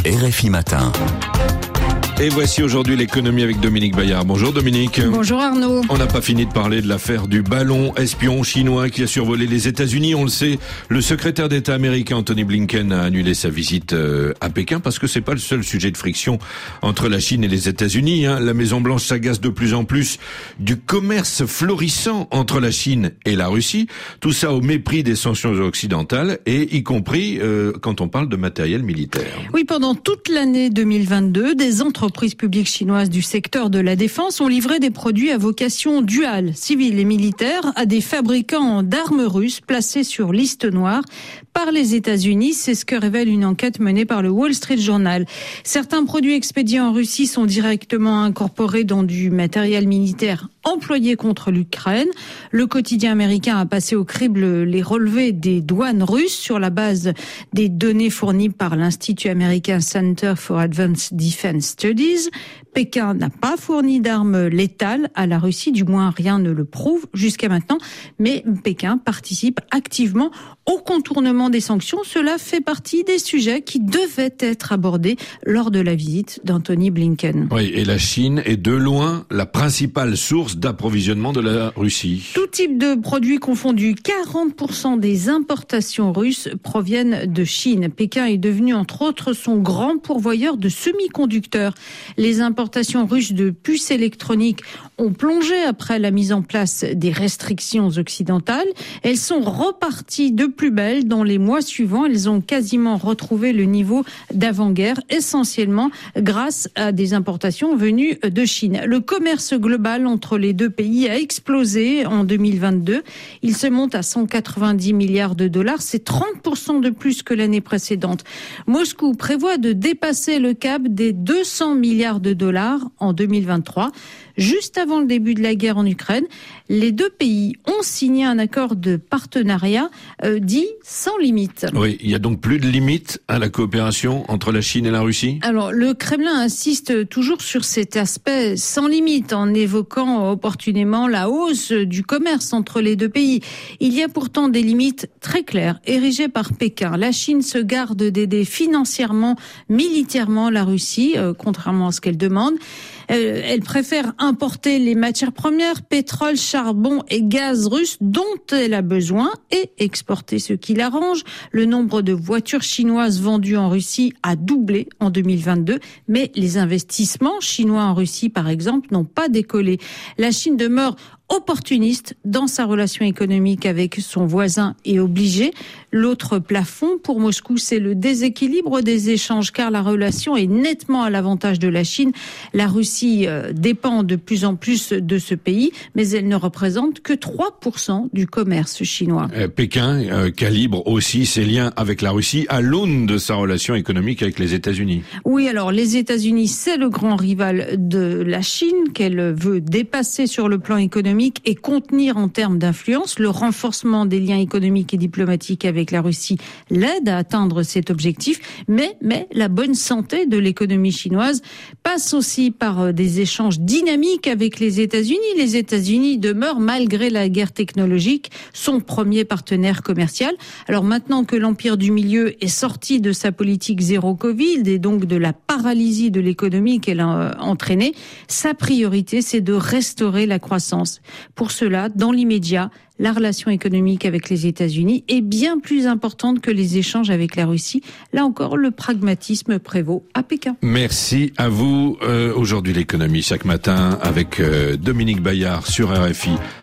RFI Matin. Et voici aujourd'hui l'économie avec Dominique Bayard. Bonjour Dominique. Bonjour Arnaud. On n'a pas fini de parler de l'affaire du ballon espion chinois qui a survolé les États-Unis. On le sait, le secrétaire d'État américain Anthony Blinken a annulé sa visite à Pékin parce que c'est pas le seul sujet de friction entre la Chine et les États-Unis. La Maison-Blanche s'agace de plus en plus du commerce florissant entre la Chine et la Russie. Tout ça au mépris des sanctions occidentales et y compris quand on parle de matériel militaire. Oui, pendant toute l'année 2022, des entreprises publiques chinoises du secteur de la défense ont livré des produits à vocation duale, civile et militaire, à des fabricants d'armes russes placés sur liste noire par les États-Unis. C'est ce que révèle une enquête menée par le Wall Street Journal. Certains produits expédiés en Russie sont directement incorporés dans du matériel militaire employé contre l'Ukraine. Le quotidien américain a passé au crible les relevés des douanes russes sur la base des données fournies par l'Institut américain Center for Advanced Defense Studies. Pékin n'a pas fourni d'armes létales à la Russie, du moins rien ne le prouve jusqu'à maintenant, mais Pékin participe activement au contournement des sanctions. Cela fait partie des sujets qui devaient être abordés lors de la visite d'Anthony Blinken. Oui, et la Chine est de loin la principale source d'approvisionnement de la Russie. Tout type de produits confondus, 40% des importations russes proviennent de Chine. Pékin est devenu entre autres son grand pourvoyeur de semi-conducteurs. Les importations russes de puces électroniques ont plongé après la mise en place des restrictions occidentales. Elles sont reparties de plus belle dans les mois suivants. Elles ont quasiment retrouvé le niveau d'avant-guerre, essentiellement grâce à des importations venues de Chine. Le commerce global entre les deux pays a explosé en 2022. Il se monte à 190 milliards de dollars. C'est 30% de plus que l'année précédente. Moscou prévoit de dépasser le cap des 200 milliards de dollars en 2023. Juste avant le début de la guerre en Ukraine, les deux pays ont signé un accord de partenariat dit sans limite. Oui, il y a donc plus de limite à la coopération entre la Chine et la Russie ? Alors, le Kremlin insiste toujours sur cet aspect sans limite en évoquant opportunément la hausse du commerce entre les deux pays. Il y a pourtant des limites très claires érigées par Pékin. La Chine se garde d'aider financièrement, militairement la Russie, contrairement à ce qu'elle demande. Elle préfère importer les matières premières, pétrole, charbon et gaz russe dont elle a besoin et exporter ce qui l'arrange. Le nombre de voitures chinoises vendues en Russie a doublé en 2022, mais les investissements chinois en Russie, par exemple, n'ont pas décollé. La Chine demeure opportuniste dans sa relation économique avec son voisin et obligé. L'autre plafond pour Moscou, c'est le déséquilibre des échanges car la relation est nettement à l'avantage de la Chine. La Russie dépend de plus en plus de ce pays, mais elle ne représente que 3% du commerce chinois. Pékin calibre aussi ses liens avec la Russie à l'aune de sa relation économique avec les États-Unis. Oui, alors les États-Unis, c'est le grand rival de la Chine qu'elle veut dépasser sur le plan économique et contenir en termes d'influence. Le renforcement des liens économiques et diplomatiques avec la Russie l'aide à atteindre cet objectif, mais la bonne santé de l'économie chinoise passe aussi par des échanges dynamiques avec les États-Unis. Les États-Unis demeurent, malgré la guerre technologique, son premier partenaire commercial. Alors maintenant que l'Empire du Milieu est sorti de sa politique zéro Covid et donc de la paralysie de l'économie qu'elle a entraînée, sa priorité, c'est de restaurer la croissance. Pour cela, dans l'immédiat, la relation économique avec les États-Unis est bien plus importante que les échanges avec la Russie. Là encore, le pragmatisme prévaut à Pékin. Merci à vous. Aujourd'hui, l'économie chaque matin avec Dominique Bayard sur RFI.